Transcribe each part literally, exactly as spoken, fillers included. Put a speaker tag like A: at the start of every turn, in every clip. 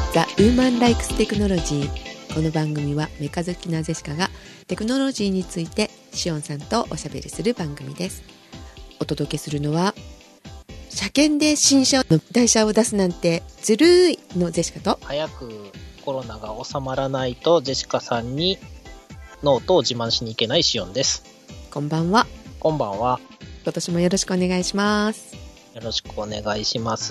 A: ザ・ウーマン・ライクス・テクノロジー。この番組はメカ好きなジェシカがテクノロジーについてシオンさんとおしゃべりする番組です。お届けするのは、車検で新車の台車を出すなんてずるいのジェシカと、
B: 早くコロナが収まらないとジェシカさんにノートを自慢しに行けないシオンです。
A: こんばんは。
B: こんばんは。
A: 今年もよろしくお願いします。
B: よろしくお願いします。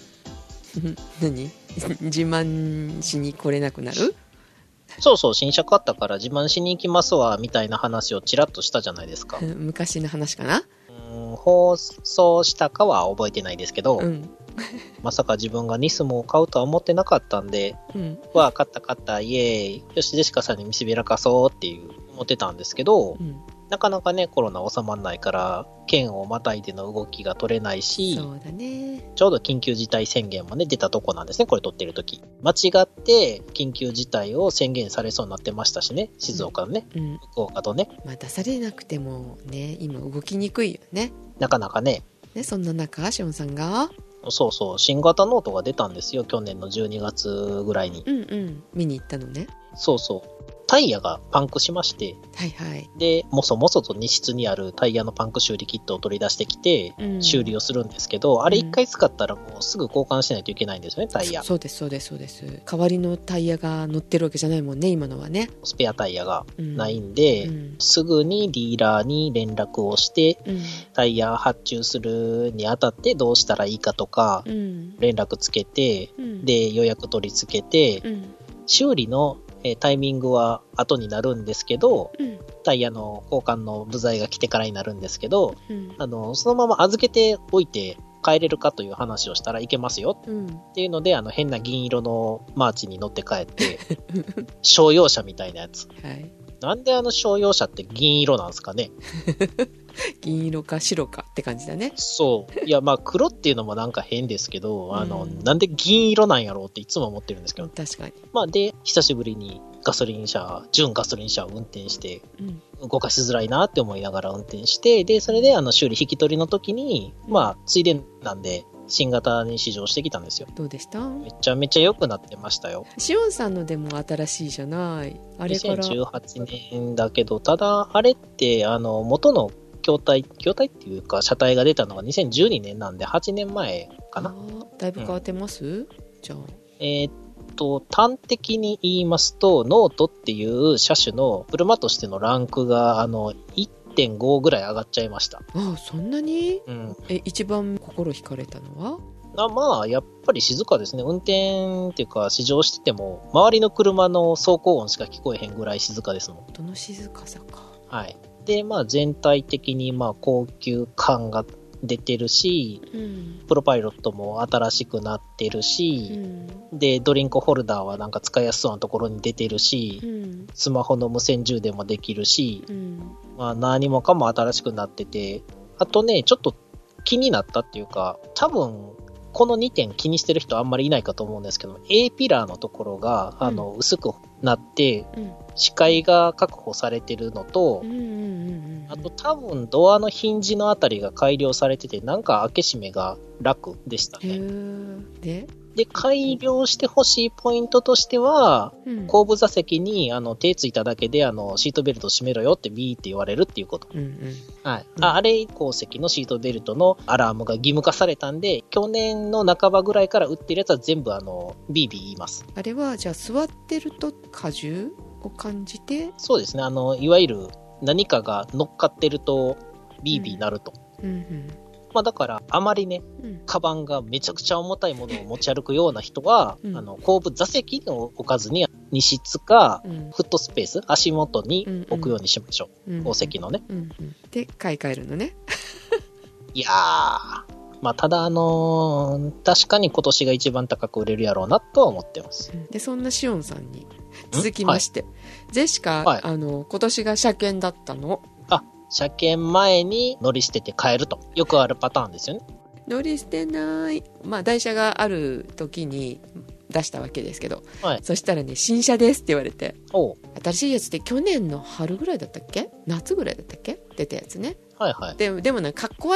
A: 何自慢しに来れなくなる？
B: そうそう、新車買ったから自慢しに行きますわみたいな話をちらっとしたじゃないですか。
A: 昔の話かな。
B: うーん、放送したかは覚えてないですけど、
A: うん、
B: まさか自分がニスモを買うとは思ってなかったんで、うん、わ、買った買った、イエーイ、よしジェシカさんに見せびらかそうっていう思ってたんですけど、うん、なかなかねコロナ収まらないから県をまたいでの動きが取れないし、
A: そうだね、
B: ちょうど緊急事態宣言もね出たとこなんですね。これ撮ってる時間違って緊急事態を宣言されそうになってましたしね、静岡のね、うん、福岡とね、
A: まあ、出されなくてもね今動きにくいよね、
B: なかなかね。
A: ね、そんな中シオンさんが
B: そうそう新型ノートが出たんですよ、去年のじゅうにがつぐらいに。
A: うんうん見に行ったのね。
B: そうそうタイヤがパンクしまして、
A: はいはい、
B: でもそもそと荷室にあるタイヤのパンク修理キットを取り出してきて、うん、修理をするんですけど、あれ一回使ったらもうすぐ交換しないといけないんですよね、タイヤ。
A: そうですそうですそうです。代わりのタイヤが乗ってるわけじゃないもんね今のはね。
B: スペアタイヤがないんで、うん、すぐにディーラーに連絡をして、うん、タイヤ発注するにあたってどうしたらいいかとか、うん、連絡つけて、うん、で予約取り付けて、うん、修理のえー、タイミングは後になるんですけど、うん、タイヤの交換の部材が来てからになるんですけど、うん、あのそのまま預けておいて帰れるかという話をしたらいけますよ、うん、っていうので、あの変な銀色のマーチに乗って帰って商用車みたいなやつ、はい、なんであの商用車って銀色なんですかね
A: 銀色か白かって感じだね。
B: そういやまあ黒っていうのもなんか変ですけど、あの、うん、なんで銀色なんやろうっていつも思ってるんですけど、
A: 確かに。ま
B: あで久しぶりにガソリン車純ガソリン車を運転して、うん、動かしづらいなって思いながら運転して、でそれであの修理引き取りの時に、うん、まあついでなんで新型に試乗してきたんですよ。
A: どうでした？
B: めちゃめちゃ良くなってましたよ。
A: シオンさんのでも新しいじゃない。あれから
B: にせんじゅうはちねんだけど、ただあれってあの元の筐体筐体っていうか車体が出たのがにせんじゅうにねんなんではちねんまえかな。
A: だいぶ変わってます、うん、じゃあ
B: えー、っと端的に言いますと、ノートっていう車種の車としてのランクがあの いってんご ぐらい上がっちゃいました。
A: ああそんなに、うん、え一番心惹かれたのは
B: あまあやっぱり静かですね。運転っていうか試乗してても周りの車の走行音しか聞こえへんぐらい静かですもん。
A: どの静かさか。
B: はいでまあ全体的にまあ高級感が出てるし、うん、プロパイロットも新しくなってるし、うん、でドリンクホルダーはなんか使いやすそうなところに出てるし、うん、スマホの無線充電もできるし、うん、まあ何もかも新しくなってて、あとねちょっと気になったっていうか、多分このにてん気にしてる人あんまりいないかと思うんですけど、 A ピラーのところが、うん、あの薄くなって、うん、視界が確保されてるのと、うんうんうんうん、あと多分ドアのヒンジのあたりが改良されてて、なんか開け閉めが楽でしたね。
A: で
B: で改良してほしいポイントとしては、うん、後部座席にあの手ついただけであのシートベルト締めろよってビーって言われるっていうこと、うんうんはいうん、あ, あれ以降席のシートベルトのアラームが義務化されたんで、去年の半ばぐらいから売ってるやつは全部あのビービー言います。
A: あれはじゃあ座ってると荷重を感じて、
B: そうですね、あのいわゆる何かが乗っかってるとビービーなると、うんうんうんまあ、だからあまりね、うん、カバンがめちゃくちゃ重たいものを持ち歩くような人は、うん、あの後部座席に置かずに荷室か、うん、フットスペース足元に置くようにしましょう、うんうん、後席のね、うんうん、
A: で買い替えるのね
B: いやーまあただあのー、確かに今年が一番高く売れるやろうなとは思ってます。
A: でそんなシオンさんに続きまして、はい、ジェシカ、はい、あの今年が車検だったの。
B: あ車検前に乗り捨てて帰るとよくあるパターンですよね。
A: 乗り捨てない、まあ台車がある時に出したわけですけど、はい、そしたらね新車ですって言われて、お新しいやつって去年の春ぐらいだったっけ夏ぐらいだったっけ出たやつね、はいはい、で, でもねかっこ悪く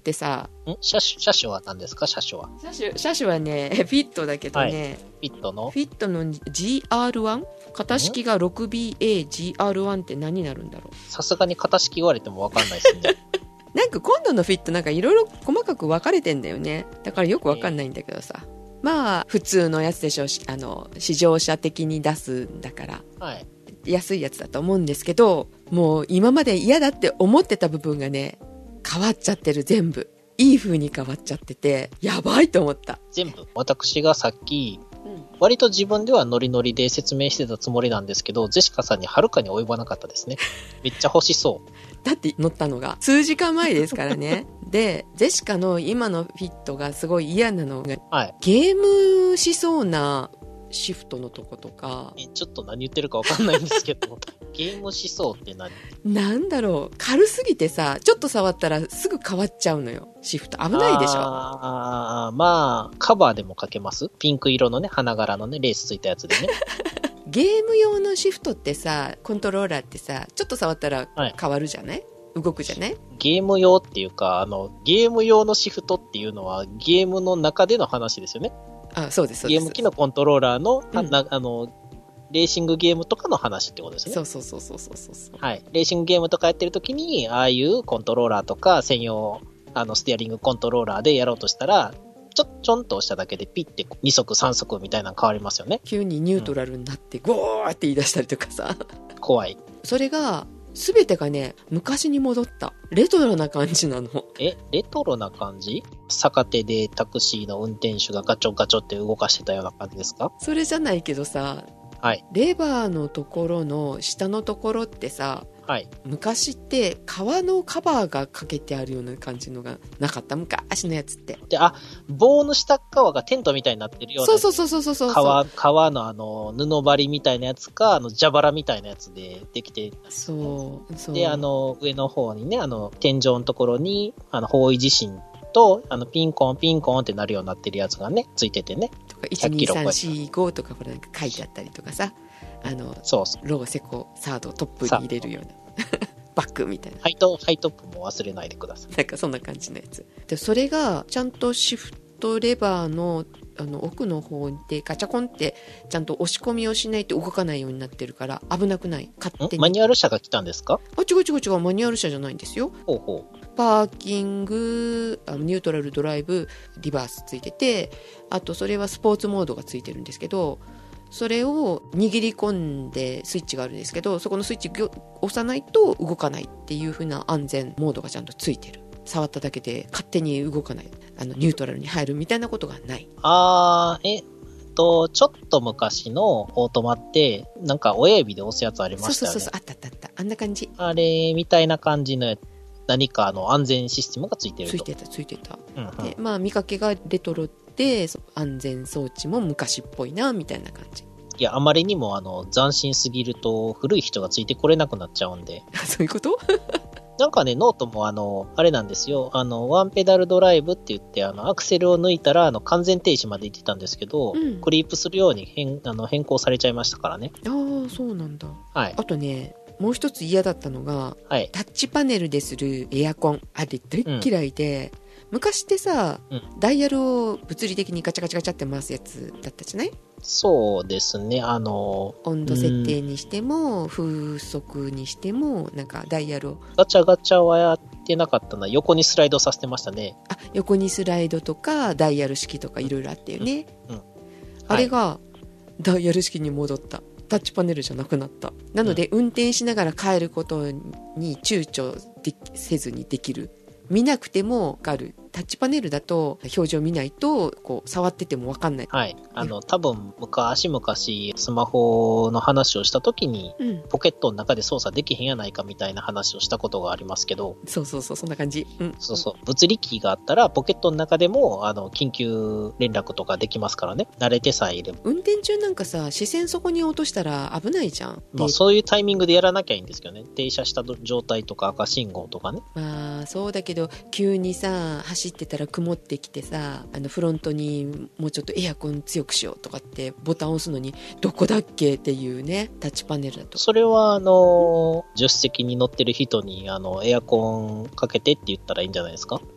A: ってさ、
B: ん車種、車種は何ですか？車種は。
A: 車種、車種はね、フィットだけどね、はい、
B: フィットの
A: フィットの ジーアールワン？ 型式が ろくビーエージーアールワン って何になるんだろう。
B: さすがに型式言われても分かんないですね。
A: なんか今度のフィットなんかいろいろ細かく分かれてんだよね。だからよく分かんないんだけどさ。まあ普通のやつでしょ、あの試乗車的に出すんだから、はい、安いやつだと思うんですけど、もう今まで嫌だって思ってた部分がね変わっちゃってる。全部いい風に変わっちゃっててやばいと思った。
B: 全部私がさっき、うん、割と自分ではノリノリで説明してたつもりなんですけど、ジェシカさんにはるかに及ばなかったですね。めっちゃ欲しそう。
A: だって乗ったのが数時間前ですからね。でジェシカの今のフィットがすごい嫌なのが、はい、ゲームしそうなシフトのとことか。
B: えちょっと何言ってるか分かんないんですけどゲームしそうって何？
A: なんだろう、軽すぎてさ、ちょっと触ったらすぐ変わっちゃうのよ。シフト危ないでしょ。
B: ああ、まあカバーでもかけます。ピンク色のね、花柄のねレースついたやつでね。
A: ゲーム用のシフトってさ、コントローラーってさ、ちょっと触ったら変わるじゃない、はい、動くじゃない。
B: ゲーム用っていうか、あのゲーム用のシフトっていうのはゲームの中での話ですよね。
A: あ、そうですそうです。
B: ゲーム機のコントローラーの、うん、なあのレーシングゲームとかの話ってことですね。
A: そうそうそうそうそうそう。
B: はい。レーシングゲームとかやってるときに、ああいうコントローラーとか専用あのステアリングコントローラーでやろうとしたら、ちょちょんと押しただけでピッてに速さん速みたいなの変わりますよね。
A: 急にニュートラルになってゴーって言い出したりとかさ、
B: うん、怖い。
A: それが全てがね昔に戻った。レトロな感じなの。
B: えレトロな感じ？逆手でタクシーの運転手がガチョガチョって動かしてたような感じですか？
A: それじゃないけどさ、はい、レバーのところの下のところってさ、はい、昔って革のカバーがかけてあるような感じのがなかった？昔のやつって
B: で、あ、棒の下側がテントみたいになってるような、
A: そうそうそうそうそう、
B: 革、革のあの布張りみたいなやつか、あの蛇腹みたいなやつでできて、
A: そうそう。
B: で、あの上の方にね、あの天井のところにあの方位地震とあのピンコンピンコンってなるようになってるやつがねついててね、
A: とかいちにさんしごとかこれなんか書いてあったりとかさ、あの
B: そうそう、
A: ローセコサードトップに入れるようなバックみたいな、
B: ハイトハイトップも忘れないでください。
A: なんかそんな感じのやつで、それがちゃんとシフトレバーのあの奥の方でガチャコンってちゃんと押し込みをしないと動かないようになってるから危なくない。勝手に
B: マニュアル車が来たんですか？
A: あ、違う違う違う、マニュアル車じゃないんですよ。ほうほう。パーキング、あのニュートラルドライブ、リバースついてて、あとそれはスポーツモードがついてるんですけど、それを握り込んでスイッチがあるんですけど、そこのスイッチを押さないと動かないっていう風な安全モードがちゃんとついてる。触っただけで勝手に動かない、あのニュートラルに入るみたいなことがない。
B: あー、えっとちょっと昔のオートマってなんか親指で押すやつありましたよね。
A: そうそうそう、あったあったあった、あんな感じ。
B: あれみたいな感じのやつ、何かの安全システムがついてると。
A: ついてたついてた、
B: うんうん、
A: でまあ見かけがレトロで安全装置も昔っぽいなみたいな感じ。
B: いや、あまりにもあの斬新すぎると古い人がついてこれなくなっちゃうんで。
A: そういうこと
B: なんかね、ノートもあのあれなんですよ、あのワンペダルドライブって言って、あのアクセルを抜いたらあの完全停止まで行ってたんですけど、うん、クリープするように変あの変更されちゃいましたからね。
A: ああ、そうなんだ。
B: はい。
A: あとね、もう一つ嫌だったのが、はい、タッチパネルでするエアコン、あれ大っ嫌いで、うん、昔ってさ、うん、ダイヤルを物理的にガチャガチャガチャって回すやつだったじゃない？
B: そうですね、あの
A: 温度設定にしても風速にしてもなんかダイヤルを
B: ガチャガチャはやってなかったな。横にスライドさせてましたね。
A: あ、横にスライドとかダイヤル式とかいろいろあったよね、うんうん、あれがダイヤル式に戻った。タッチパネルじゃなくなった。なので、うん、運転しながら帰ることに躊躇でせずにできる。見なくても分かる。タッチパネルだと表示を見ないとこう触ってても分かんない。
B: はい、あの多分昔々スマホの話をした時に、うん、ポケットの中で操作できへんやないかみたいな話をしたことがありますけど、
A: そうそうそう、そんな感じ、うん、
B: そうそう、物理キーがあったらポケットの中でもあの緊急連絡とかできますからね、慣れてさえいれば。
A: 運転中なんかさ、視線そこに落としたら危ないじゃん。
B: まあ、そういうタイミングでやらなきゃいいんですけどね。停車した状態とか赤信号とかね。
A: まあそうだけど急にさ走ってたら曇ってきてさ、あのフロントにもうちょっとエアコン強くしようとかってボタンを押すのにどこだっけっていうね、タッチパネルだと。
B: それはあの助手席に乗ってる人にあのエアコンかけてって言ったらいいんじゃないですか。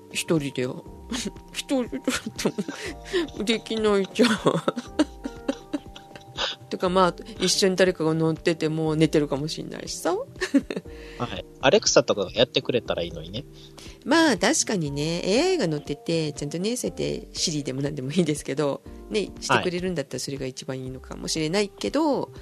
A: 一人でよ一人だとできないじゃんとかまあ一緒に誰かが乗ってても寝てるかもしれないしさ
B: はい。アレクサとかがやってくれたらいいのにね。
A: まあ確かにね エーアイ が乗っててちゃんとねそうやってシリでも何でもいいですけどねしてくれるんだったらそれが一番いいのかもしれないけど、はい、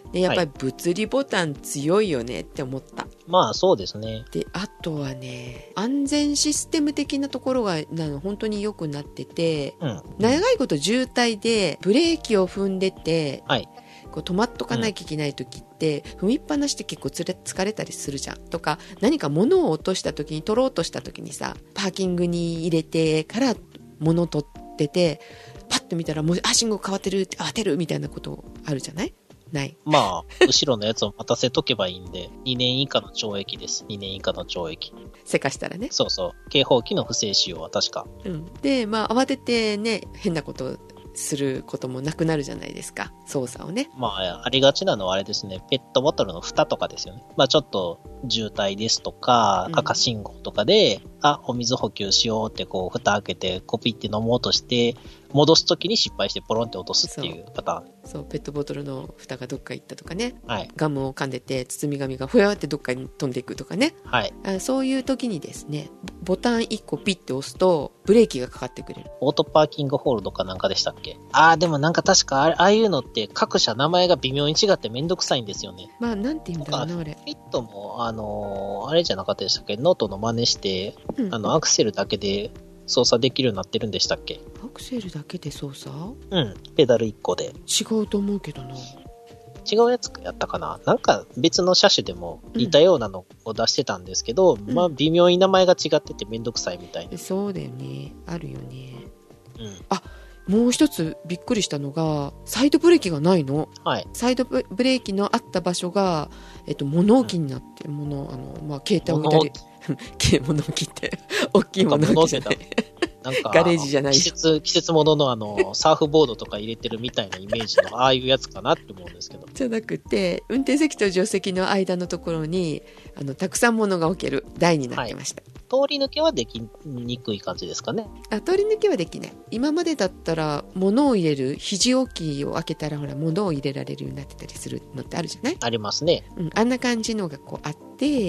A: でやっぱり物理ボタン強いよねって思った。
B: まあそうですね。
A: であとはね安全システム的なところがなの本当に良くなってて、うん、長いこと渋滞でブレーキを踏んでて、はい、こう止まっとかなきゃいけない時って、うん、踏みっぱなしって結構つれ疲れたりするじゃんとか何か物を落とした時に取ろうとした時にさパーキングに入れてから物取っててパッと見たらもうあ信号変わってるって慌てるみたいなことあるじゃないない。
B: まあ、後ろのやつを待たせとけばいいんで、にねん以下の懲役です。にねん以下の懲役。
A: せかしたらね。
B: そうそう。警報器の不正使用は確か。
A: うん。で、まあ、慌ててね、変なことすることもなくなるじゃないですか。操作をね。
B: まあ、ありがちなのはあれですね。ペットボトルの蓋とかですよね。まあ、ちょっと渋滞ですとか、赤信号とかで、うん、あ、お水補給しようってこう、蓋開けて、コピって飲もうとして、戻すときに失敗してポロンって落とすっていうパターン。
A: そう、そうペットボトルの蓋がどっか行ったとかね、
B: はい、
A: ガムを噛んでて包み紙がふやってどっかに飛んでいくとかね、
B: はい、
A: あそういう時にですねボタンいっこピッて押すとブレーキがかかってくれる。
B: オートパーキングホールドかなんかでしたっけ。ああでもなんか確かああいうのって各社名前が微妙に違ってめんどくさいんですよね。
A: まあなんて言うんだろうなあれ。
B: ピットもあのー、あれじゃなかったでしたっけ、ノートの真似して、うん、あのアクセルだけで操作できるようになってるんでしたっけ。
A: アクセルだけで操作？
B: うん、ペダルいっこで。
A: 違うと思うけどな。
B: 違うやつやったかな。なんか別の車種でも似たようなのを出してたんですけど、うん、まあ微妙に名前が違っててめんどくさいみたいな。
A: そうだよね。あるよね。
B: うん。
A: あ、もう一つびっくりしたのがサイドブレーキがないの。
B: はい。
A: サイドブレーキのあった場所がえっと物置になってるもの、あのまあ携帯を置いたり物置って大きい物置じゃない。なんかガレージじゃない。
B: 季節、季節物のあの、サーフボードとか入れてるみたいなイメージの、ああいうやつかなって思うんですけど。
A: じゃなくて、運転席と助手席の間のところに、あの、たくさん物が置ける台になってました。はい、
B: 通り抜けはできにくい感じですかね。
A: あ、通り抜けはできない。今までだったら、物を入れる、肘置きを開けたら、ほら、物を入れられるようになってたりするのってあるじゃない？
B: ありますね。
A: うん、あんな感じのがこうあって、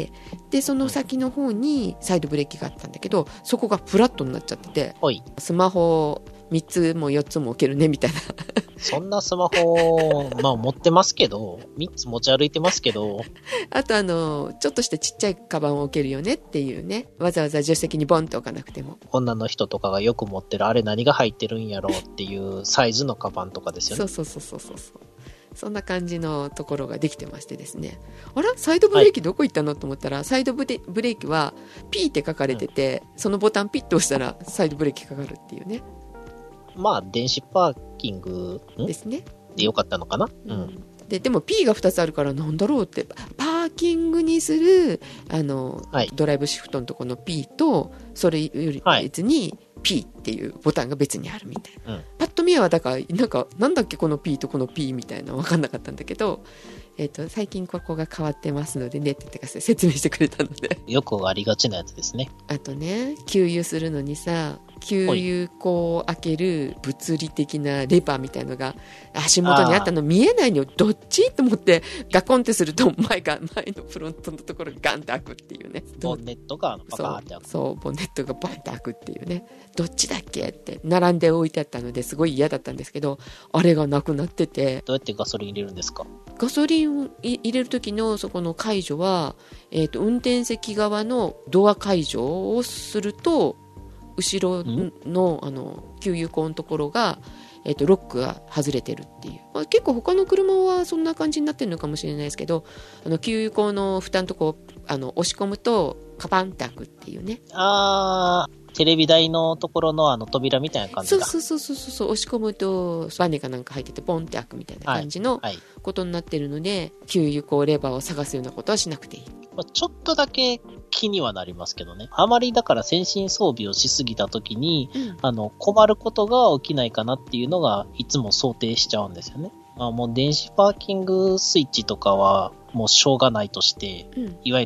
A: で、その先の方にサイドブレーキがあったんだけど、そこがフラットになっちゃってて、
B: はい、
A: スマホみっつもよっつも置けるねみたいな。
B: そんなスマホ、まあ持ってますけど、みっつ持ち歩いてますけど。
A: あとあの、ちょっとしたちっちゃいカバンを置けるよねっていうね。わざわざ助手席にボンと置かなくても。
B: 女の人とかがよく持ってるあれ何が入ってるんやろうっていうサイズのカバンとかですよね。
A: そうそうそうそうそう。そんな感じのところができてましてですね。あらサイドブレーキどこ行ったのと思ったら、はい、サイドブレーキは P って書かれてて、うん、そのボタンピッと押したらサイドブレーキかかるっていうね。
B: まあ電子パーキング
A: ですね。
B: でよかったのかな、
A: うん、で, でも P がふたつあるからなんだろうって、パーキングにするあの、はい、ドライブシフトのところの P とそれより別に P っていうボタンが別にあるみたいな、はい、パッと見はだからなんかなんだっけこの P とこの P みたいな分かんなかったんだけど、えー、と最近ここが変わってますのでねって言って説明してくれたので
B: よくありがちなやつですね。
A: あとね給油するのにさ給油口を開ける物理的なレバーみたいのが足元にあったの見えないのよ。どっちと思ってガコンってすると前が前のフロントのところがガンって開くっていうね。
B: ボンネットがパカーって開く。
A: そう、そうボンネットがバンって開くっていうね。どっちだっけって並んで置いてあったのですごい嫌だったんですけど、あれがなくなってて。
B: どうやってガソリン入れるんですか？
A: ガソリンを入れる時のそこの解除は、えーと、運転席側のドア解除をすると後ろ の, あの給油口のところが、えー、とロックが外れてるっていう、まあ、結構他の車はそんな感じになってるのかもしれないですけど、あの給油口の蓋のとこあの押し込むとカパンって開くっていうね。
B: あーテレビ台のところのあの扉みたいな感じだ。
A: そうそうそうそうそう、押し込むとバネかなんか入っててポンって開くみたいな感じのことになってるので、はいはい、給油口レバーを探すようなことはしなくていい。
B: まあ、ちょっとだけ気にはなりますけどね。あまりだから先進装備をしすぎたときに、うん、あの困ることが起きないかなっていうのがいつも想定しちゃうんですよね。まあ、もう電子パーキングスイッチとかはもうしょうがないとして、うん、いわゆる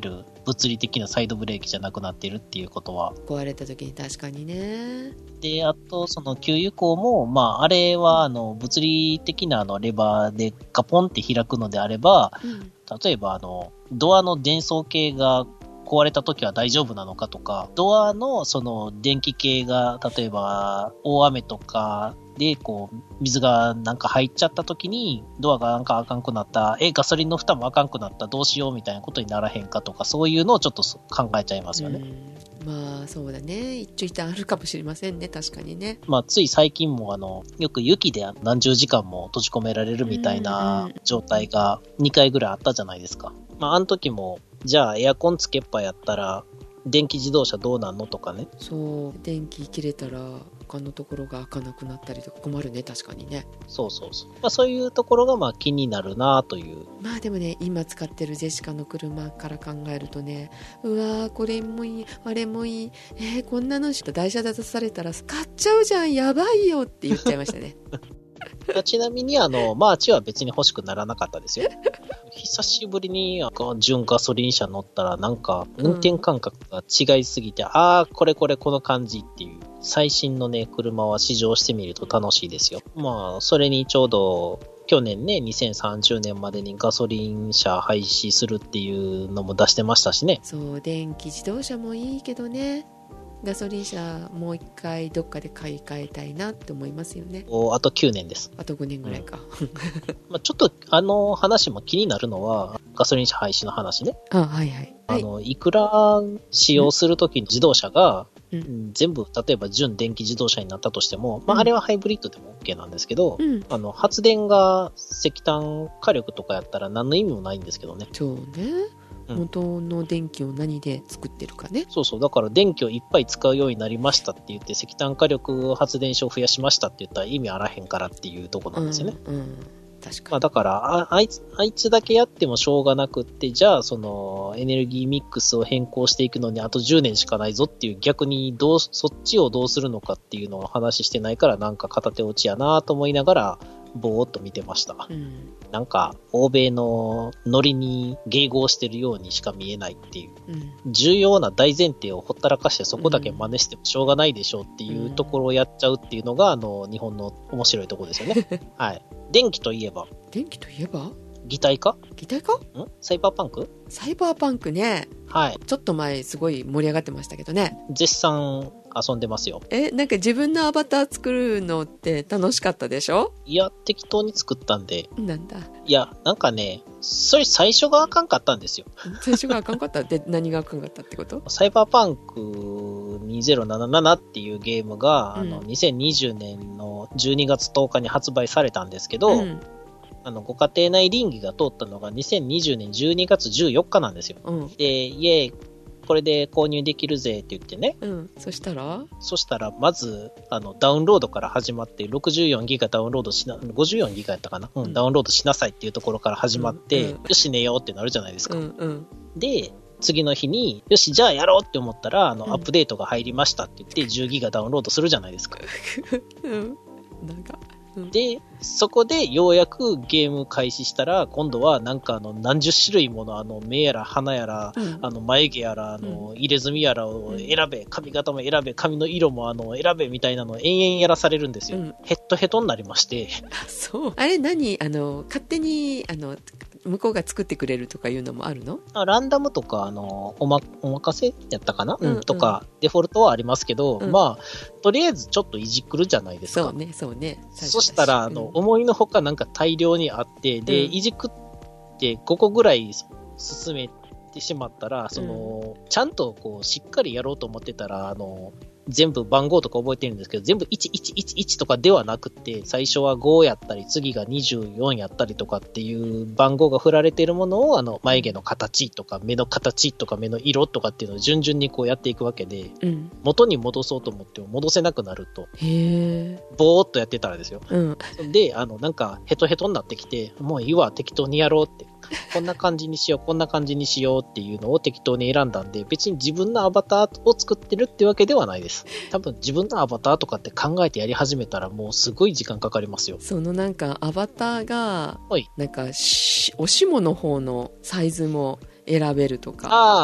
B: 物理的なサイドブレーキじゃなくなっているっていうことは。
A: 壊れた時に確かにね。
B: で、あと、その給油口も、まあ、あれは、あの、物理的なあのレバーでガポンって開くのであれば、うん、例えば、あの、ドアの伝送系が壊れた時は大丈夫なのかとか、ドアのその電気系が、例えば、大雨とかで、こう、水がなんか入っちゃった時に、ドアがなんかあかんくなった、え、ガソリンの蓋もあかんくなった、どうしようみたいなことにならへんかとか、そういうのをちょっと考えちゃいますよね。
A: まあそうだね、一長一短あるかもしれませんね、確かにね。
B: まあつい最近もあのよく雪で何十時間も閉じ込められるみたいな状態がにかいぐらいあったじゃないですか。まああの時もじゃあエアコンつけっぱやったら電気自動車どうなんのとかね。
A: そう、電気切れたら他のところが開かなくなったりとか困るね、確かにね。
B: そうそうそう、まあ、そういうところがまあ気になるなという。
A: まあでもね、今使ってるジェシカの車から考えるとね、うわーこれもいいあれもいい、えー、こんなの台車出されたら買っちゃうじゃん、やばいよって言っちゃいましたね
B: ちなみにあのマーチは別に欲しくならなかったですよ久しぶりに純ガソリン車乗ったらなんか運転感覚が違いすぎて、うん、ああこれこれこの感じっていう。最新のね車は試乗してみると楽しいですよ。まあそれにちょうど去年ねにせんさんじゅうねんまでにガソリン車廃止するっていうのも出してましたしね。
A: そう、電気自動車もいいけどね、ガソリン車もう一回どっかで買い替えたいなって思いますよね。
B: おあときゅうねんです。
A: あとごねんぐらいか、うん
B: まあちょっとあの話も気になるのはガソリン車廃止の話ね。
A: あ、はいはい、
B: あのいくら使用するときに自動車が、
A: うん、
B: 全部例えば純電気自動車になったとしても、まあ、あれはハイブリッドでも OK なんですけど、うん、あの発電が石炭火力とかやったら何の意味もないんですけどね。
A: そうね、うん、元の電気を何で作ってるかね。
B: そうそう、だから電気をいっぱい使うようになりましたって言って石炭火力発電所を増やしましたって言ったら意味あらへんからっていうとこなんですよね。
A: うん、うん、確かに。
B: まあ、だからあ、あいつ、あいつだけやってもしょうがなくって、じゃあそのエネルギーミックスを変更していくのにあとじゅうねんしかないぞっていう、逆にどう、そっちをどうするのかっていうのを話してないから、なんか片手落ちやなと思いながらぼーっと見てました、うん、なんか欧米のノリに迎合してるようにしか見えないっていう、うん、重要な大前提をほったらかしてそこだけ真似してもしょうがないでしょうっていうところをやっちゃうっていうのが、あの日本の面白いところですよねはい電気といえば
A: 電気といえば
B: 擬態化
A: 擬態化ん
B: サイバーパンク
A: サイバーパンクね。
B: はい。
A: ちょっと前すごい盛り上がってましたけどね。
B: 絶賛遊んでますよ。
A: え、なんか自分のアバター作るのって楽しかったでしょ？
B: いや、適当に作ったんで。
A: なんだ。
B: いや、なんかね、それ最初があかんかったんですよ。
A: 最初があかんかったで、何があかんかったってこと？
B: サイバーパンクにせんななじゅうななっていうゲームが、うん、あのにせんにじゅうねんのじゅうにがつとおかに発売されたんですけど、うん、あのご家庭内倫理が通ったのがにせんにじゅうねんじゅうにがつじゅうよっかなんですよ。うん、で、イエーイ、これで購入できるぜって言ってね。
A: うん。そしたら
B: そしたら、まず、あの、ダウンロードから始まって、ろくじゅうよんギガダウンロードしな、ごじゅうよんギガやったかな、うん、うん、ダウンロードしなさいっていうところから始まって、うんうん、よし寝ようってなるじゃないですか。うんうん、で、次の日に、よし、じゃあやろうって思ったら、あの、うん、アップデートが入りましたって言って、じゅうギガダウンロードするじゃないですか。
A: うん。なんか。
B: で、そこでようやくゲーム開始したら、今度はなんかあの何十種類ものあの目やら鼻やら、うん、あの眉毛やら、あの入れ墨やらを選べ、髪型も選べ、髪の色もあの選べみたいなのを延々やらされるんですよ。うん、ヘッドヘッドになりまして。
A: あ、そう。あれ何あの、勝手に、あの、向こうが作ってくれるとかいうのもあるの？あ、
B: ランダムとか、あの、おま、お任せやったかな、うんうん、とか、デフォルトはありますけど、うん、まあ、とりあえずちょっといじくるじゃないですか。
A: そうね、そうね。
B: そしたら、あの、うん、思いのほかなんか大量にあって、で、うん、いじくってごこぐらい進めてしまったら、その、うん、ちゃんとこう、しっかりやろうと思ってたら、あの、全部番号とか覚えてるんですけど、全部いちいちいちいちとかではなくて、最初はごやったり、次がにじゅうよんやったりとかっていう番号が振られているものを、あの、眉毛の形とか、目の形とか、目の色とかっていうのを順々にこうやっていくわけで、うん、元に戻そうと思っても戻せなくなると、
A: へー、
B: ぼーっとやってたらですよ。
A: うん、
B: で、あの、なんか、ヘトヘトになってきて、もういいわ、適当にやろうって。こんな感じにしよう、こんな感じにしようっていうのを適当に選んだんで、別に自分のアバターを作ってるってわけではないです。多分自分のアバターとかって考えてやり始めたらもうすごい時間かかりますよ。
A: そのなんかアバターが、なんかおしもの方のサイズも選べるとか。
B: ああ、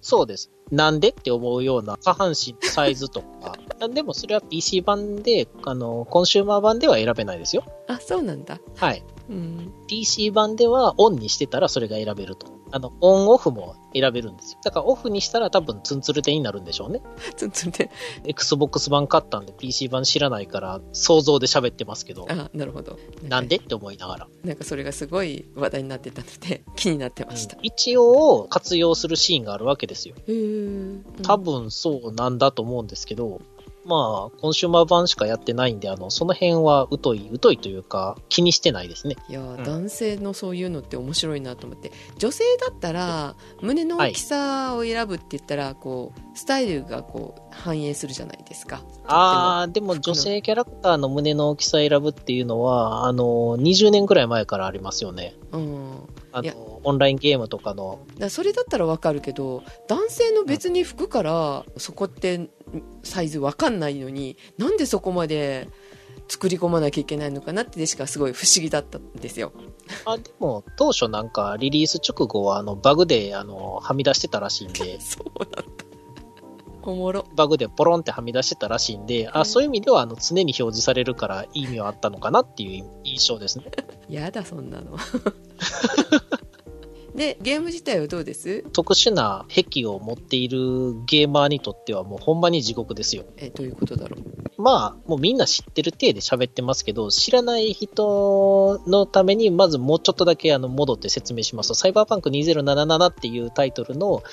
B: そうです。なんでって思うような下半身のサイズとか。でもそれは ピーシー 版で、あの、コンシューマー版では選べないですよ。
A: あ、そうなんだ。
B: はい。
A: うん、
B: ピーシー 版ではオンにしてたらそれが選べると。あの、オンオフも選べるんですよ。だからオフにしたら多分ツンツルテになるんでしょうね。
A: ツンツルテ。
B: Xbox 版買ったんで ピーシー 版知らないから想像で喋ってますけど。
A: あ、なるほど。
B: なんでって思いながら。
A: なんかそれがすごい話題になってたので気になってました。
B: うん、一応活用するシーンがあるわけですよ。
A: へー、うん、
B: 多分そうなんだと思うんですけど、まあ、コンシューマー版しかやってないんで、あの、その辺は疎い、疎いというか、気にしてないですね。
A: いや、
B: うん、
A: 男性のそういうのって面白いなと思って、女性だったら、胸の大きさを選ぶって言ったら、はい、こう、スタイルがこう、反映するじゃないですか。
B: ああ、でも女性キャラクターの胸の大きさ選ぶっていうのは、あの、にじゅうねんくらい前からありますよね。うん。あの、オンラインゲームとかの。
A: だそれだったらわかるけど、男性の別に服から、そこって、サイズわかんないのになんでそこまで作り込まなきゃいけないのかなってでしかすごい不思議だったんですよ。
B: あ、でも当初なんかリリース直後はあのバグであのはみ出してたらしいんで
A: そうなんだ。おもろ。
B: バグでポロンってはみ出してたらしいんで、あ、そういう意味ではあの常に表示されるから意味はあったのかなっていう印象ですね。
A: やだそんなの。で、ゲーム自体はどうです？
B: 特殊な癖を持っているゲーマーにとってはもうほんまに地獄ですよ。
A: え、どういうことだろう？
B: まあ、もうみんな知ってる体で喋ってますけど、知らない人のためにまずもうちょっとだけあの戻って説明しますと、サイバーパンクにせんななじゅうななっていうタイトルの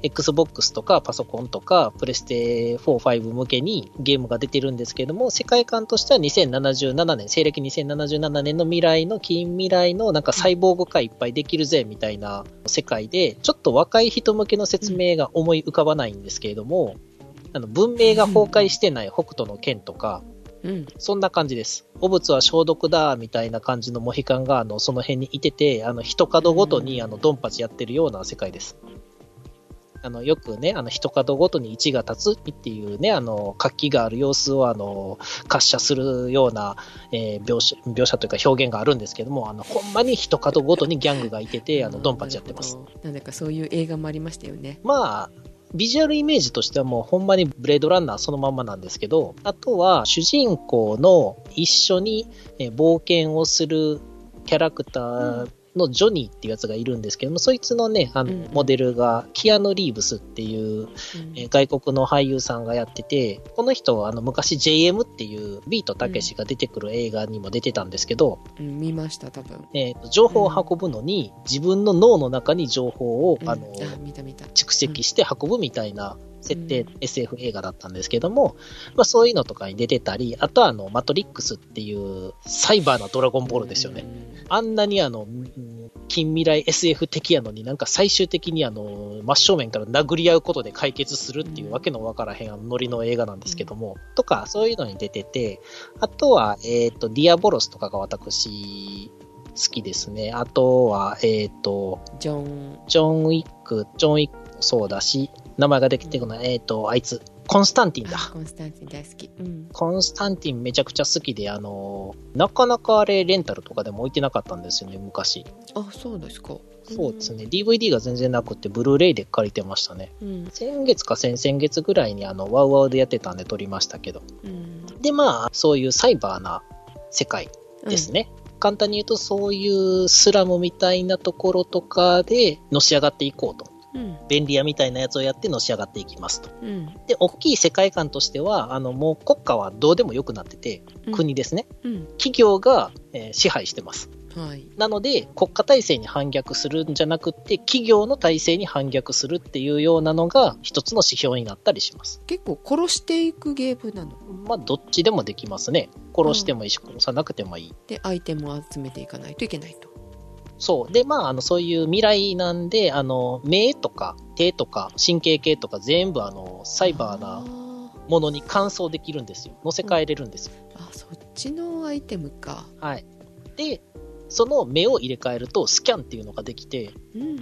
B: Xbox とかパソコンとかプレステフォー、ファイブ向けにゲームが出てるんですけれども、世界観としてはにせんななじゅうななねん、西暦にせんななじゅうななねんの未来の近未来のなんかサイボーグ化いっぱいできるぜみたいな世界で、ちょっと若い人向けの説明が思い浮かばないんですけれども、あの文明が崩壊してない北斗の拳とか、うん、そんな感じです。汚物は消毒だみたいな感じのモヒカンがあのその辺にいてて、あの一角ごとにあのドンパチやってるような世界です。あのよくね、あの一角ごとに位置が立つっていうね、あの活気がある様子をあの滑車するような、えー、描写、描写というか表現があるんですけども、あのほんまに一角ごとにギャングがいてて、あのドンパチやってます。
A: なんだかそういう映画もありましたよね。
B: まあビジュアルイメージとしてはもうほんまにブレードランナーそのまんまなんですけど、あとは主人公の一緒に冒険をするキャラクターのジョニーっていうやつがいるんですけども、そいつのね、あのモデルがキアヌ・リーブスっていう、うん、え外国の俳優さんがやってて、この人はあの昔 ジェイエム っていうビートたけしが出てくる映画にも出てたんですけど、
A: うん、見ました多分。
B: えー、情報を運ぶのに、うん、自分の脳の中に情報を、うん、あの
A: あ見た見た
B: 蓄積して運ぶみたいな設定、うん、エスエフ 映画だったんですけども、まあ、そういうのとかに出てたり、あとはあのマトリックスっていうサイバーなドラゴンボールですよね。うん、あんなにあの近未来 エスエフ 的やのになんか最終的にあの真正面から殴り合うことで解決するっていうわけのわからへんあのノリの映画なんですけども、うん、とかそういうのに出てて、あとはえっとディアボロスとかが私好きですね。あとはえっと
A: ジョン
B: ジョンウィックジョンウィックもそうだし、名前ができてるのは、うん、えっとあいつコンスタンティンだ。
A: コンスタンティン大好き。うん、
B: コンスタンティンめちゃくちゃ好きで、あのなかなかあれレンタルとかでも置いてなかったんですよね昔。
A: あ、そうですか。
B: そうですね。ディーブイディー が全然なくてブルーレイで借りてましたね。うん、先月か先々月ぐらいにあのワウワウでやってたんで撮りましたけど。うん、でまあそういうサイバーな世界ですね。うん、簡単に言うとそういうスラムみたいなところとかでのし上がっていこうと。うん、便利屋みたいなやつをやってのし上がっていきますと。うん、で、大きい世界観としては、あの、もう国家はどうでもよくなってて、うん、国ですね。うん、企業が、えー、支配してます。はい、なので、国家体制に反逆するんじゃなくて、企業の体制に反逆するっていうようなのが、一つの指標になったりします。
A: 結構殺していくゲームなの？
B: まあ、どっちでもできますね。殺してもいいし、殺さなくてもいい。
A: で、アイテムを集めていかないといけないと。
B: そう。で、まあ、あの、そういう未来なんで、あの、目とか手とか神経系とか全部、あの、サイバーなものに換装できるんですよ。乗せ替えれるんですよ。
A: あ、そっちのアイテムか。
B: はい。で、その目を入れ替えるとスキャンっていうのができて、うんうん、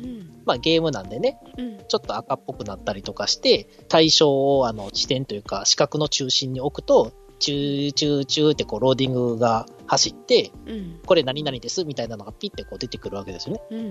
B: まあゲームなんでね、うん、ちょっと赤っぽくなったりとかして、対象をあの地点というか視覚の中心に置くと、チューチューチューってこうローディングが走って、
A: うん、
B: これ何々ですみたいなのがピッてこう出てくるわけですよね。
A: うんうんうん、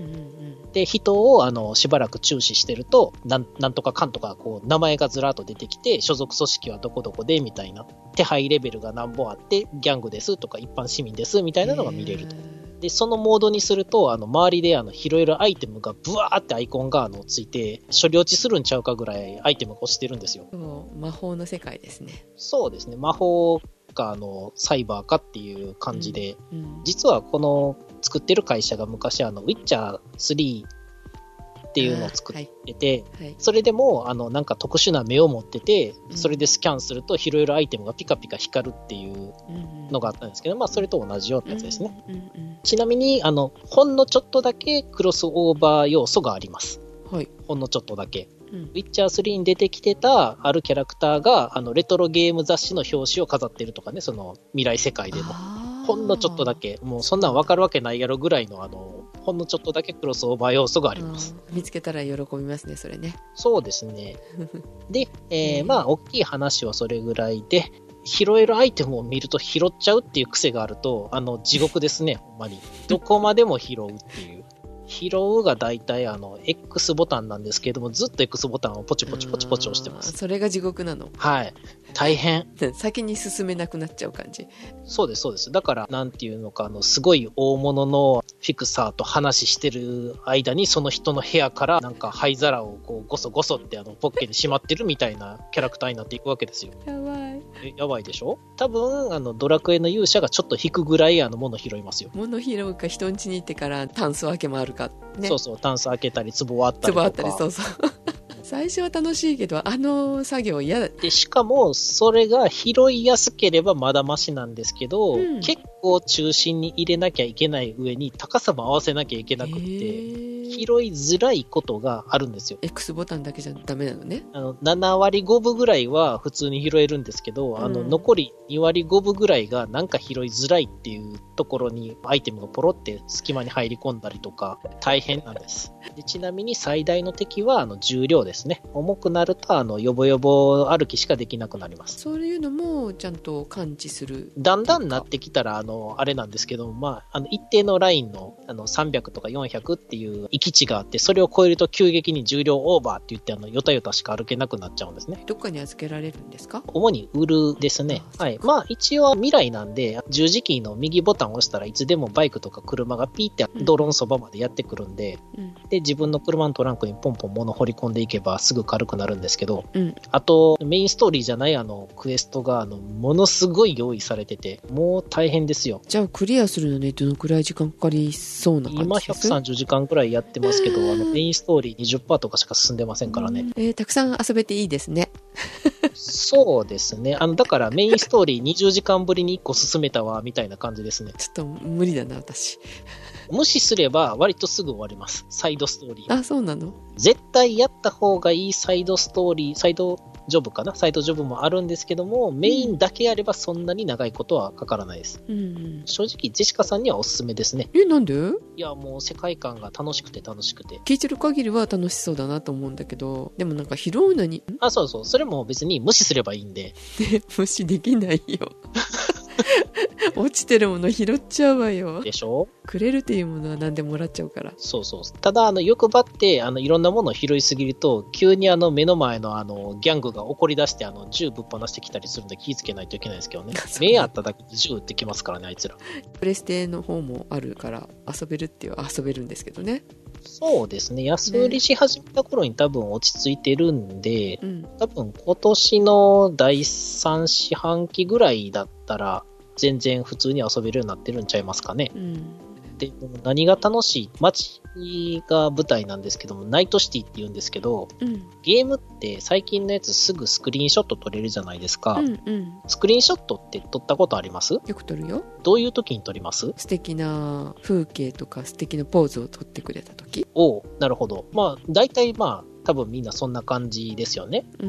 B: で、人をあのしばらく注視してると、なん、なんとかかんとかこう名前がずらっと出てきて、所属組織はどこどこでみたいな、手配レベルが何本あって、ギャングですとか一般市民ですみたいなのが見れると。で、そのモードにすると、あの周りであの拾えるアイテムがブワーってアイコンがあのついて、処理落ちするんちゃうかぐらいアイテムが落ちてるんですよ。
A: そう魔法の世界ですね。
B: そうですね。魔法かあのサイバーかっていう感じで、
A: うんうん、
B: 実はこの作ってる会社が昔あのウィッチャースリーっていうのを作ってて、はいはい、それでもあのなんか特殊な目を持ってて、それでスキャンすると拾えるアイテムがピカピカ光るっていうのがあったんですけど、まあそれと同じようなやつですね。うんうんうん、ちなみにあのほんのちょっとだけクロスオーバー要素があります。はい、ほんのちょっとだけ。うん、ウィッチャースリーに出てきてたあるキャラクターがあのレトロゲーム雑誌の表紙を飾ってるとかね、その未来世界でもほんのちょっとだけ、もうそんなん分かるわけないやろぐらいのあのほんのちょっとだけクロスオーバー要素があります。
A: 見つけたら喜びますね、それね。
B: そうですね。で、えー、まあ大きい話はそれぐらいで、拾えるアイテムを見ると拾っちゃうっていう癖があると、あの地獄ですね、ほんまに。どこまでも拾うっていう。拾うが大体あの X ボタンなんですけれども、ずっと X ボタンをポチポチポチポチ押してます。
A: それが地獄なの？
B: はい。大変。
A: 先に進めなくなっちゃう感じ。
B: そうです、そうです。だから、なんていうのか、あの、すごい大物のフィクサーと話してる間に、その人の部屋から、なんか灰皿をこう、ゴソゴソってあの、ポッケにしまってるみたいなキャラクターになっていくわけですよ。
A: やばい。
B: え、やばいでしょ？多分、あの、ドラクエの勇者がちょっと引くぐらい、あの、物拾いますよ。
A: 物拾うか、人ん家に行ってから、タンス開けもあるか、ね。
B: そうそう、タンス開けたり、壺割ったりとか。
A: 壺割ったり、そうそう。最初は楽しいけど、あの作業嫌だ。
B: で、しかも、それが拾いやすければまだマシなんですけど、うん、結構中心に入れなきゃいけない上に高さも合わせなきゃいけなくって、拾いづらいことがあるんですよ。
A: X ボタンだけじゃダメなのね。
B: あの、ななわりごぶぐらいは普通に拾えるんですけど、うん、あの、残りにわりごぶぐらいがなんか拾いづらいっていうところにアイテムがポロって隙間に入り込んだりとか、大変なんです。で、ちなみに最大の敵は、あの、重量ですね。重くなると、あの、ヨボヨボ歩きしかできなくなります。
A: そういうのも、ちゃんと感知する。
B: だんだんなってきたら、あの、あれなんですけど、まあ、あの、一定のラインの、あの、さんびゃくとかよんひゃくっていう域値があって、それを超えると急激に重量オーバーって言って、あの、よたよたしか歩けなくなっちゃうんですね。
A: どっかに預けられるんですか？
B: 主に売るですね。はい。まあ、一応未来なんで、十字キーの右ボタンを押したらいつでもバイクとか車がピーって道路のそばまでやってくるんで、うん、で、自分の車のトランクにポンポン物掘り込んでいけばすぐ軽くなるんですけど、うん、あと、メインストーリーじゃないあの、クエストが、あの、ものすごい用意されてて、もう大変ですよ。
A: じゃあ、クリアするのにどのくらい時間かかりそうな感じです？
B: 今ひゃくさんじゅうじかんくらいやってますけど、あの、メインストーリー にじゅっパーセント とかしか進んでませんからね。
A: えー、たくさん遊べていいですね。
B: そうですね。あの、だからメインストーリーにじゅうじかんぶりにいっこ進めたわ、みたいな感じですね。
A: ちょっと無理だな、私。
B: 無視すれば割とすぐ終わります。サイドストーリー。
A: あ、そうなの？
B: 絶対やった方がいいサイドストーリー、サイドジョブかなサイドジョブもあるんですけども、メインだけやればそんなに長いことはかからないです。うんうん、正直、ジェシカさんにはおすすめですね。
A: え、なんで？
B: いや、もう世界観が楽しくて楽しくて。
A: 聞いてる限りは楽しそうだなと思うんだけど、でもなんか拾うのに。
B: あ、そうそう。それも別に無視すればいいんで。
A: 無視できないよ。落ちてるもの拾っちゃうわよ。
B: でしょ？
A: くれるっていうものは何でもらっちゃうから。
B: そうそう。ただ、あの、欲張って、あの、いろんなものを拾いすぎると、急にあの、目の前のあの、ギャングが怒り出して、あの、銃ぶっ放してきたりするんで気をつけないといけないですけどね。目あっただけで銃撃ってきますからね、あいつら。
A: プレステの方もあるから、遊べるっていう遊べるんですけどね。
B: そうですね。安売りし始めた頃に多分落ち着いてるんで、ね、多分今年のだいさん四半期ぐらいだったら、全然普通に遊べるようになってるんちゃいますかね。うん、で、何が楽しい？街が舞台なんですけども、ナイトシティって言うんですけど、うん、ゲームって最近のやつすぐスクリーンショット撮れるじゃないですか。うんうん、スクリーンショットって撮ったことあります？
A: よく撮るよ。
B: どういう時に撮ります？
A: 素敵な風景とか素敵なポーズを撮ってくれた時。
B: おう、なるほど。まあ、大体まあ、多分みんなそんな感じですよね。うん、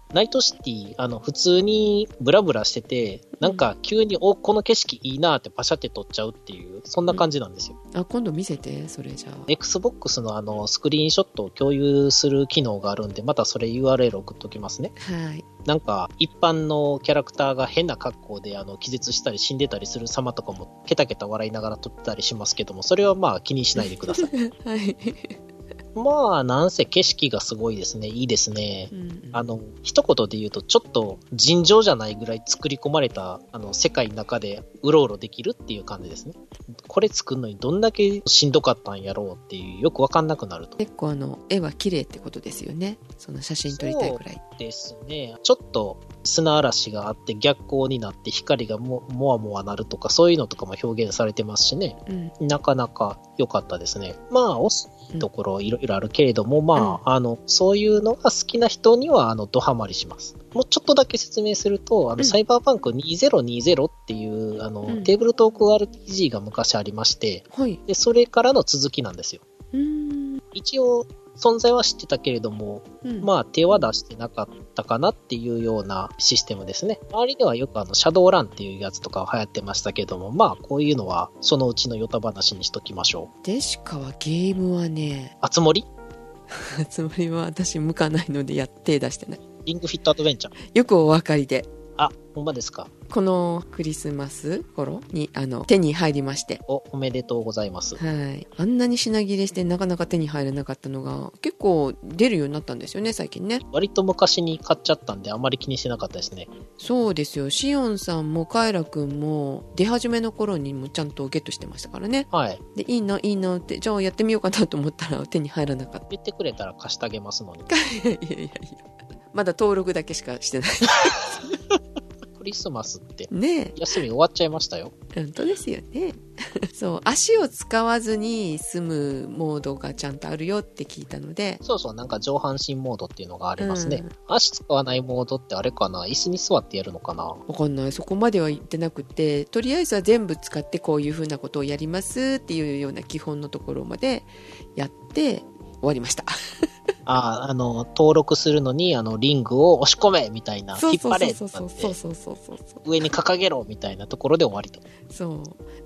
B: ナイトシティ、あの、普通にブラブラしてて、なんか急に、うん、お、この景色いいなってパシャって撮っちゃうっていう、そんな感じなんですよ。
A: うん、あ、今度見せて、それじゃあ。
B: Xbox のあの、スクリーンショットを共有する機能があるんで、またそれ ユーアールエル 送っときますね。
A: はい。
B: なんか、一般のキャラクターが変な格好で、あの、気絶したり死んでたりする様とかも、ケタケタ笑いながら撮ってたりしますけども、それはまあ気にしないでください。
A: はい。
B: まあ、なんせ景色がすごいですね。いいですね。うんうん、あの、一言で言うと、ちょっと尋常じゃないぐらい作り込まれた、あの、世界の中でうろうろできるっていう感じですね。これ作るのにどんだけしんどかったんやろうっていう、よくわかんなくなると。
A: 結構あの、絵は綺麗ってことですよね。その写真撮りたいぐらい。
B: そうですね。ちょっと砂嵐があって逆光になって光がも、もわもわなるとか、そういうのとかも表現されてますしね。うん、なかなか良かったですね。まあ、押すところいろいろあるけれども、うん、まあ、あの、そういうのが好きな人には、あの、ドハマりします。もうちょっとだけ説明すると、あの、うん、サイバーパンクにせんにじゅうっていう、あの、うん、テーブルトーク アールピージー が昔ありまして、はい、で、それからの続きなんですよ。うーん、一応、存在は知ってたけれども、うん、まあ手は出してなかったかなっていうようなシステムですね。周りではよくあのシャドーランっていうやつとか流行ってましたけども、まあこういうのはそのうちのヨタ話にしときましょ
A: う。デシカはゲームはね、
B: あつ森
A: あつ森は私向かないのでやって出してない。
B: リングフィットアドベンチャー。
A: よくお分かりで。
B: あ、ほんまですか。
A: このクリスマス頃にあの手に入りまして。
B: お、おめでとうございます。
A: はい。あんなに品切れしてなかなか手に入らなかったのが結構出るようになったんですよね、最近ね。
B: 割と昔に買っちゃったんであんまり気にしてなかったですね。
A: そうですよ。シオンさんもカイラくんも出始めの頃にもちゃんとゲットしてましたからね。
B: はい。
A: で、いいな、いいなって、じゃあやってみようかなと思ったら手に入らなかった。
B: 言ってくれたら貸してあげますのに。
A: いやいやいや。まだ登録だけしかしてない。
B: クリスマスって
A: ね、
B: 休み終わっちゃいましたよ。
A: 本当ですよね。そう、足を使わずに済むモードがちゃんとあるよって聞いたので。
B: そうそう、なんか上半身モードっていうのがありますね。うん、足使わないモードってあれかな、椅子に座ってやるのかな。
A: わかんない、そこまでは言ってなくて、とりあえずは全部使ってこういう風なことをやりますっていうような基本のところまでやって終わりました。
B: ああ、あの、登録するのに、あの、リングを押し込めみたいな、引っ張れって上に掲げろみたいなところで終わりと。
A: そう。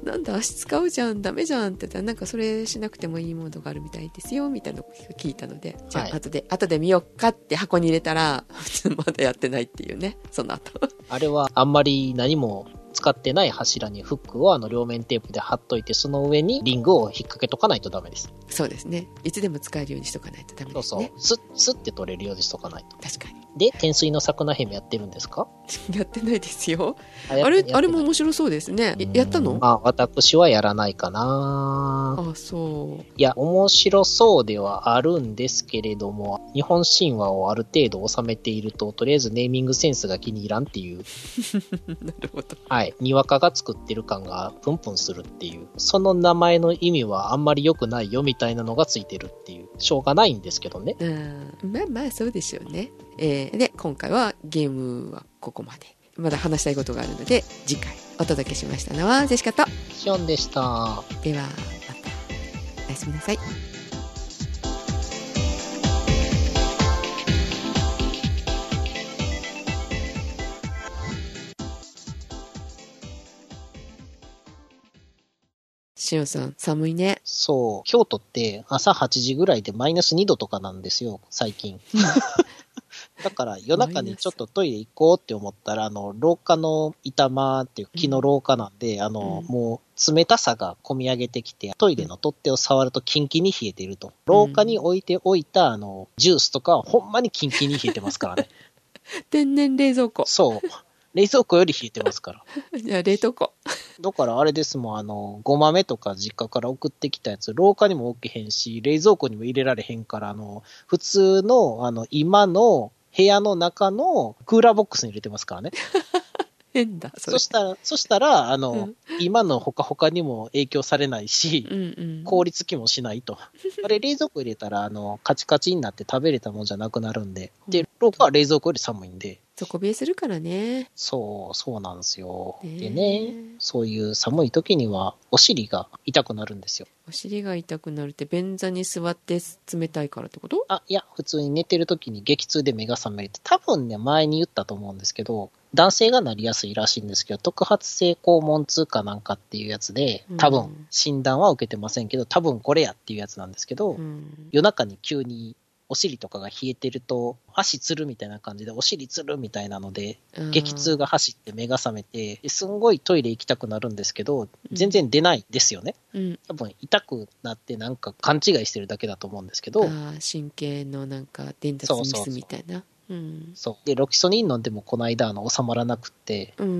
A: なんだ、足使うじゃん、ダメじゃんって言ったら、なんかそれしなくてもいいモードがあるみたいですよ、みたいなのを聞いたので、じゃあ、後で、はい、後で見よっかって箱に入れたら、普通まだやってないっていうね、その後。
B: あれは、あんまり何も、使ってない柱にフックをあの両面テープで貼っといて、その上にリングを引っ掛けとかないとダメです。
A: そうですね。いつでも使えるようにしとかないとダメですね。
B: そうそう。スッ、スッって取れるようにしとかないと。
A: 確かに。
B: で、天水の桜編やってるんですか？
A: やってないですよ。あ, あれ、あれも面白そうですね。やったの？
B: まあ、私はやらないかな。
A: あ、そう。
B: いや、面白そうではあるんですけれども、日本神話をある程度収めていると、とりあえずネーミングセンスが気に入らんっていう。
A: なるほど。
B: はい。にわかが作ってる感がプンプンするっていう。その名前の意味はあんまり良くないよみたいなのがついてるっていう。しょうがないんですけどね。
A: うん。まあまあ、そうでしょうね。えー、で、今回はゲームはここまで。まだ話したいことがあるので、次回お届けしましたのはジェシカと
B: シオンでした。
A: では、また。おやすみなさい。シオンさん、寒いね。
B: そう。京都って朝はちじぐらいでマイナスにどとかなんですよ、最近。だから夜中にちょっとトイレ行こうって思ったら、あの、廊下の板間っていう木の廊下なんで、うん、あの、うん、もう冷たさが込み上げてきて、トイレの取っ手を触るとキンキンに冷えていると。廊下に置いておいた、あの、ジュースとかはほんまにキンキンに冷えてますからね。
A: 天然冷蔵庫。
B: そう。冷蔵庫より冷えてますから。
A: じゃあ冷凍庫。
B: だからあれですもん、あの、ご豆とか実家から送ってきたやつ、廊下にも置けへんし、冷蔵庫にも入れられへんから、あの、普通の、あの、今の部屋の中のクーラーボックスに入れてますからね。
A: 変だ、それ。
B: そしたら、そしたら、あの、うん、今のほかほかにも影響されないし、うんうん、凍りつきもしないと。あれ、冷蔵庫入れたら、あの、カチカチになって食べれたもんじゃなくなるんで、で、廊下は冷蔵庫より寒いんで。
A: 底冷えするからね。
B: そう、そうなんですよ。でね、そういう寒い時にはお尻が痛くなるんですよ。
A: お尻が痛くなるって便座に座って冷たいからってこと？
B: あ、いや、普通に寝てる時に激痛で目が覚めるって、多分ね、前に言ったと思うんですけど、男性がなりやすいらしいんですけど、特発性肛門痛かなんかっていうやつで、多分、診断は受けてませんけど、多分これやっていうやつなんですけど、うん、夜中に急にお尻とかが冷えてると、足つるみたいな感じで、お尻つるみたいなので、激痛が走って目が覚めて、すんごいトイレ行きたくなるんですけど、全然出ないんですよね。うん、多分痛くなってなんか勘違いしてるだけだと思うんですけど。
A: あ、神経のなんか伝達ミスみたいな。そうそうそう
B: うん、そうでロキソニン飲んでもこの間あの収まらなくって、
A: うん、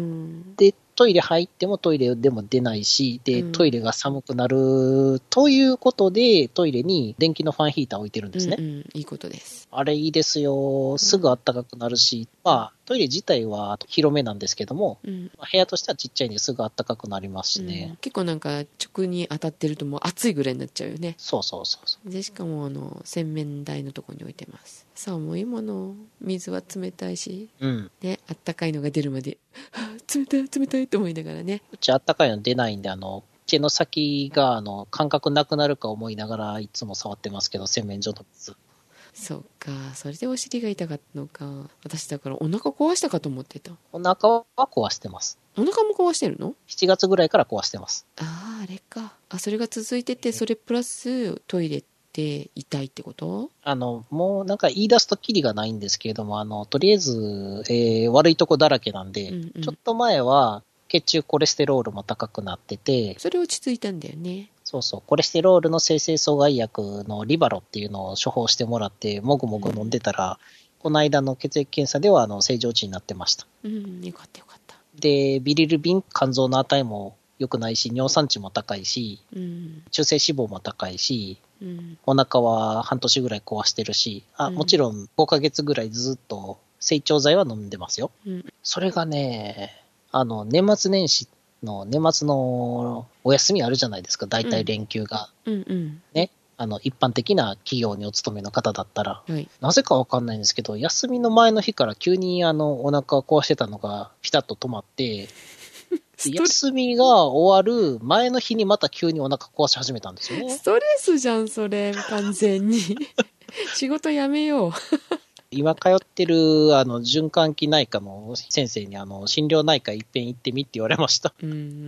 B: でトイレ入ってもトイレでも出ないしで、うん、トイレが寒くなるということでトイレに電気のファンヒーター置いてるんですね、
A: うんうん、いいことです。
B: あれいいですよ、すぐ暖かくなるし、うん、まあトイレ自体は広めなんですけども、うんまあ、部屋としてはちっちゃいんですぐ暖かくなりますしね、
A: うん、結構なんか直に当たってるともう暑いぐらいになっちゃうよね。
B: そうそうそうそう
A: でしかもあの洗面台のところに置いてます。寒いもの水は冷たいし、
B: うん
A: ね、あったかいのが出るまで冷たい冷たいと思いながらね。
B: うちあったかいの出ないんであの毛の先があの感覚なくなるか思いながらいつも触ってますけど洗面所の水。
A: そうか、それでお尻が痛かったのか。私だからお腹壊したかと思ってた。
B: お腹は壊してます。
A: お腹も壊してるの？
B: しちがつぐらいから壊してます。
A: ああ、あれか。あ、それが続いてて、それプラストイレって痛いってこと？
B: あの、もうなんか言い出すとキリがないんですけれども、あの、とりあえず、えー、悪いとこだらけなんで、うんうん、ちょっと前は血中コレステロールも高くなってて、
A: それ落ち着いたんだよね。
B: そうそう、コレステロールの生成阻害薬のリバロっていうのを処方してもらって、もぐもぐ飲んでたら、うん、この間の血液検査ではあの正常値になってました。
A: うん、よかったよかった。
B: で、ビリルビン、肝臓の値も良くないし、尿酸値も高いし、
A: うん、
B: 中性脂肪も高いし、
A: うん、
B: お腹は半年ぐらい壊してるし、あ、うん、もちろんごかげつぐらいずっと整腸剤は飲んでますよ。
A: うん、
B: それがね、あの、年末年始の、年末のお休みあるじゃないですか、大体連休が。
A: うんうんうん、
B: ね。あの、一般的な企業にお勤めの方だったら、
A: はい、
B: なぜかわかんないんですけど、休みの前の日から急にあの、お腹壊してたのがピタッと止まって、休みが終わる前の日にまた急にお腹壊し始めたんですよね。
A: ストレスじゃん、それ、完全に。仕事やめよう。
B: 今通ってる、あの、循環器内科の先生に、あの、心療内科一遍行ってみって言われました。
A: うん、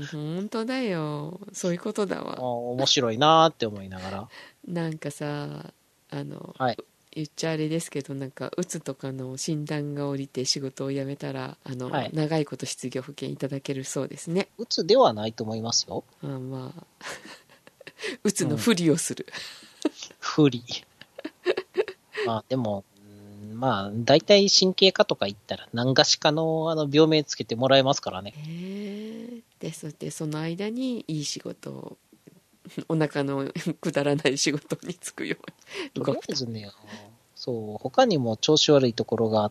A: 本当だよ。そういうことだわ。
B: あ、面白いなーって思いながら。
A: なんかさ、あの、
B: はい、
A: 言っちゃあれですけど、なんかうつとかの診断が下りて仕事を辞めたら、あの、はい、長いこと失業保険いただけるそうですね。
B: うつではないと思いますよ。
A: あ、まあうつのふりをする、
B: うん、ふりまあでもまあ大体神経科とか行ったら何がしかのあの病名つけてもらえますからね。
A: へえ。でそしてその間にいい仕事をお腹のくだらない仕事に就くように。
B: とりあえずね、そう他にも調子悪いところがあって、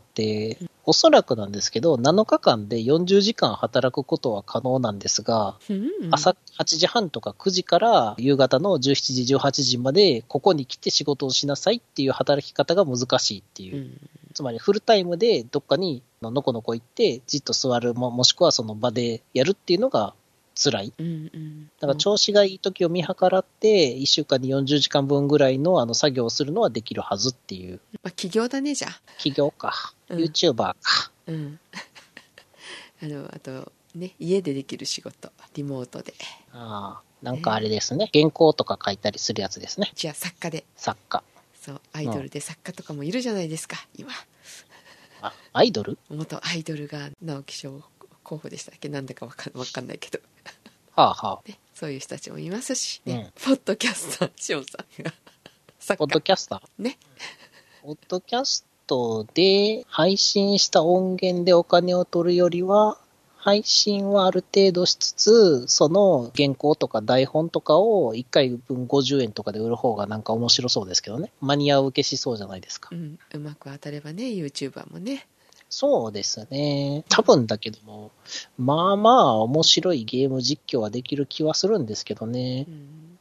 B: うん、おそらくなんですけどなのかかんでよんじゅうじかん働くことは可能なんですが、
A: うん、
B: 朝はちじはんとかくじから夕方のじゅうしちじじゅうはちじまでここに来て仕事をしなさいっていう働き方が難しいっていう、うん、つまりフルタイムでどっかにのこのこ行ってじっと座る も, もしくはその場でやるっていうのが辛い、
A: うんうん、
B: だから調子がいい時を見計らっていっしゅうかんによんじゅうじかんぶんぐらい の, あの作業をするのはできるはずっていう、
A: まあ、起業だね。じゃあ
B: 起業か、うん、YouTuber か、
A: うん、あのあとね、家でできる仕事リモートで、
B: ああなんかあれですね、えー、原稿とか書いたりするやつですね。
A: じゃあ作家で、
B: 作家、
A: そうアイドルで作家とかもいるじゃないですか、うん、今。
B: あアイドル
A: 元アイドルが直木賞候補でしたっけ、なんだかわかん、わかんないけど
B: はあはあ、
A: ね、そういう人たちもいますし、ね、
B: うん、
A: ポッドキャスターしおんさんが
B: ポッドキャスター
A: ね、
B: ポッドキャストで配信した音源でお金を取るよりは配信はある程度しつつその原稿とか台本とかをいっかいぶんごじゅうえんとかで売る方がなんか面白そうですけどね。マニア受けしそうじゃないですか、
A: うん、うまく当たればね YouTuber もね。
B: そうですね。多分だけども、まあまあ面白いゲーム実況はできる気はするんですけどね。
A: うん、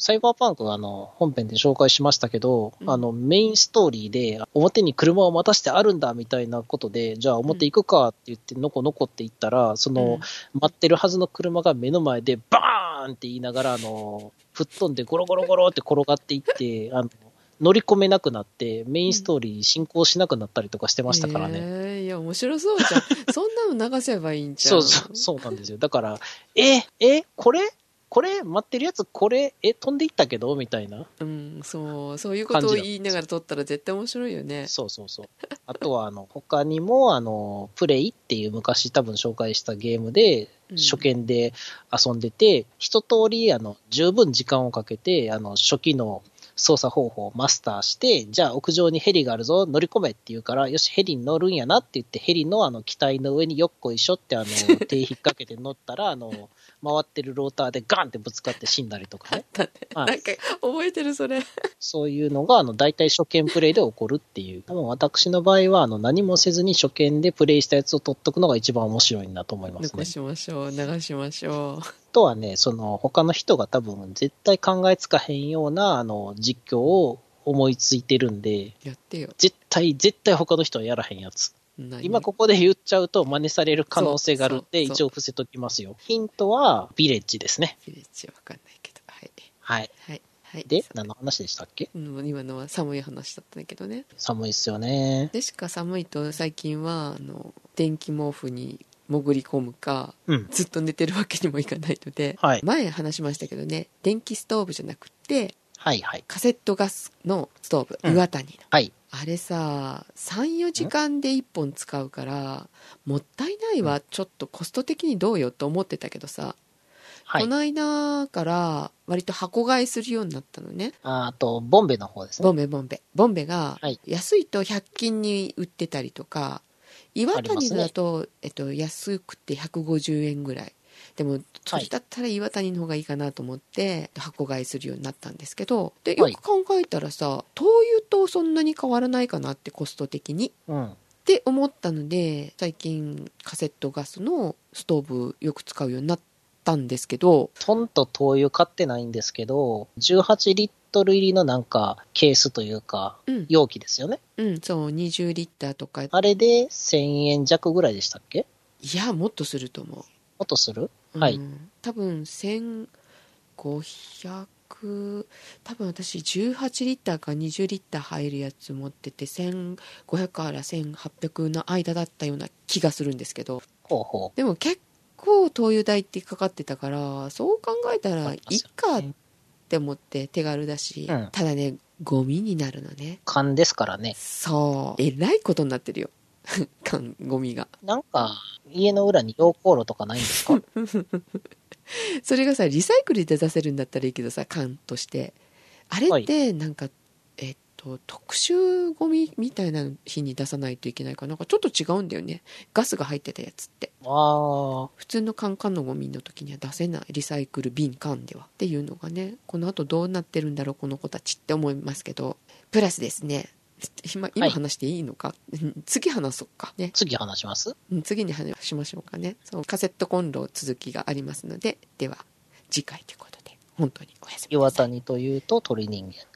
B: サイバーパンクはあの本編で紹介しましたけど、
A: うん、
B: あのメインストーリーで表に車を待たしてあるんだみたいなことで、じゃあ表行くかって言ってのこのこって行ったら、その待ってるはずの車が目の前でバーンって言いながらあの吹っ飛んでゴロゴロゴロって転がっていってあの乗り込めなくなってメインストーリー進行しなくなったりとかしてましたからね。
A: えー、いや面白そうじゃん。そんなの流せばいいんじゃん。
B: そうそうそうなんですよ。だからええこれこれ待ってるやつこれえ飛んでいったけどみたいな、
A: うん、そうそういうことを言いながら撮ったら絶対面白いよね。
B: そうそうそう。あとはあの他にもあのプレイっていう昔多分紹介したゲームで初見で遊んでて、うん、一通りあの十分時間をかけてあの初期の操作方法をマスターして、じゃあ屋上にヘリがあるぞ乗り込めって言うから、よしヘリに乗るんやなって言ってヘリのあの機体の上によっこいしょってあの手引っ掛けて乗ったらあの回ってるローターでガンってぶつかって死んだりとかね。
A: だってなんか覚えてるそれ。
B: そういうのがあの大体初見プレイで起こるっていう。多分私の場合はあの何もせずに初見でプレイしたやつを取っとくのが一番面白いなと思いますね。
A: 残しましょう、流しましょう。
B: とはね、その他の人が多分絶対考えつかへんようなあの実況を思いついてるんで、
A: やってよ。
B: 絶対絶対他の人はやらへんやつ。今ここで言っちゃうと真似される可能性があるんで一応伏せときますよ。ヒントはビレッジですね。
A: ビレッジはわかんないけど、はい。
B: はい。
A: はいはい、
B: で、何の話でしたっけ？
A: 今のは寒い話だったんだけどね。
B: 寒いっすよね。
A: でしか寒いと最近はあの電気毛布に潜り込むか、うん、ずっと寝てるわけにもいかないので、はい、前話しましたけどね、電気ストーブじゃなくて、
B: はいはい、
A: カセットガスのストーブ、うん、岩谷の、
B: はい、
A: あれささんよじかんでいっぽん使うからもったいないわ、うん、ちょっとコスト的にどうよと思ってたけどさ、はい、この間から割と箱買いするようになったのね。
B: あ, あとボンベの方ですね。
A: ボンベボンベボンベが安いとひゃく均に売ってたりとか、岩谷だと、ねえっと、安くてひゃくごじゅうえんぐらいでもそれだったら岩谷の方がいいかなと思って箱買いするようになったんですけど、でよく考えたらさ、はい、灯油とそんなに変わらないかなってコスト的に、うん、って思ったので最近カセットガスのストーブよく使うようになったんですけど、
B: トンと灯油買ってないんですけどじゅうはちリットル入りのなんかケースというか、うん、容器ですよね。
A: うん、そうにじゅうリッターとか。
B: あれでせんえん弱ぐらいでしたっけ？
A: いやもっとすると思う。も
B: っとする？はい、
A: うん、多分せんごひゃく、多分私じゅうはちリッターかにじゅうリッター入るやつ持っててせんごひゃくからせんはっぴゃくの間だったような気がするんですけど、
B: ほうほう。
A: でも結構灯油代ってかかってたからそう考えたらいいかって思って手軽だし、うん、ただねゴミになるのね。
B: 缶ですからね。
A: そうえらいことになってるよ缶ゴミが。
B: なんか家の裏に溶鉱炉とかないんですか？
A: それがさリサイクルで出せるんだったらいいけどさ、缶としてあれってなんか、はい、えっと特殊ゴミみたいな日に出さないといけないからなんかちょっと違うんだよね、ガスが入ってたやつって。
B: あ
A: 普通の缶缶のゴミの時には出せない、リサイクル瓶缶ではっていうのがね、この後どうなってるんだろうこの子たちって思いますけど、プラスですね今, 今話していいのか、はい、次話そうかね。
B: 次話します？
A: 次に話しましょうかね。そうカセットコンロ続きがありますので、では次回ということで本当におやすみなさい。
B: 岩谷というと鳥人間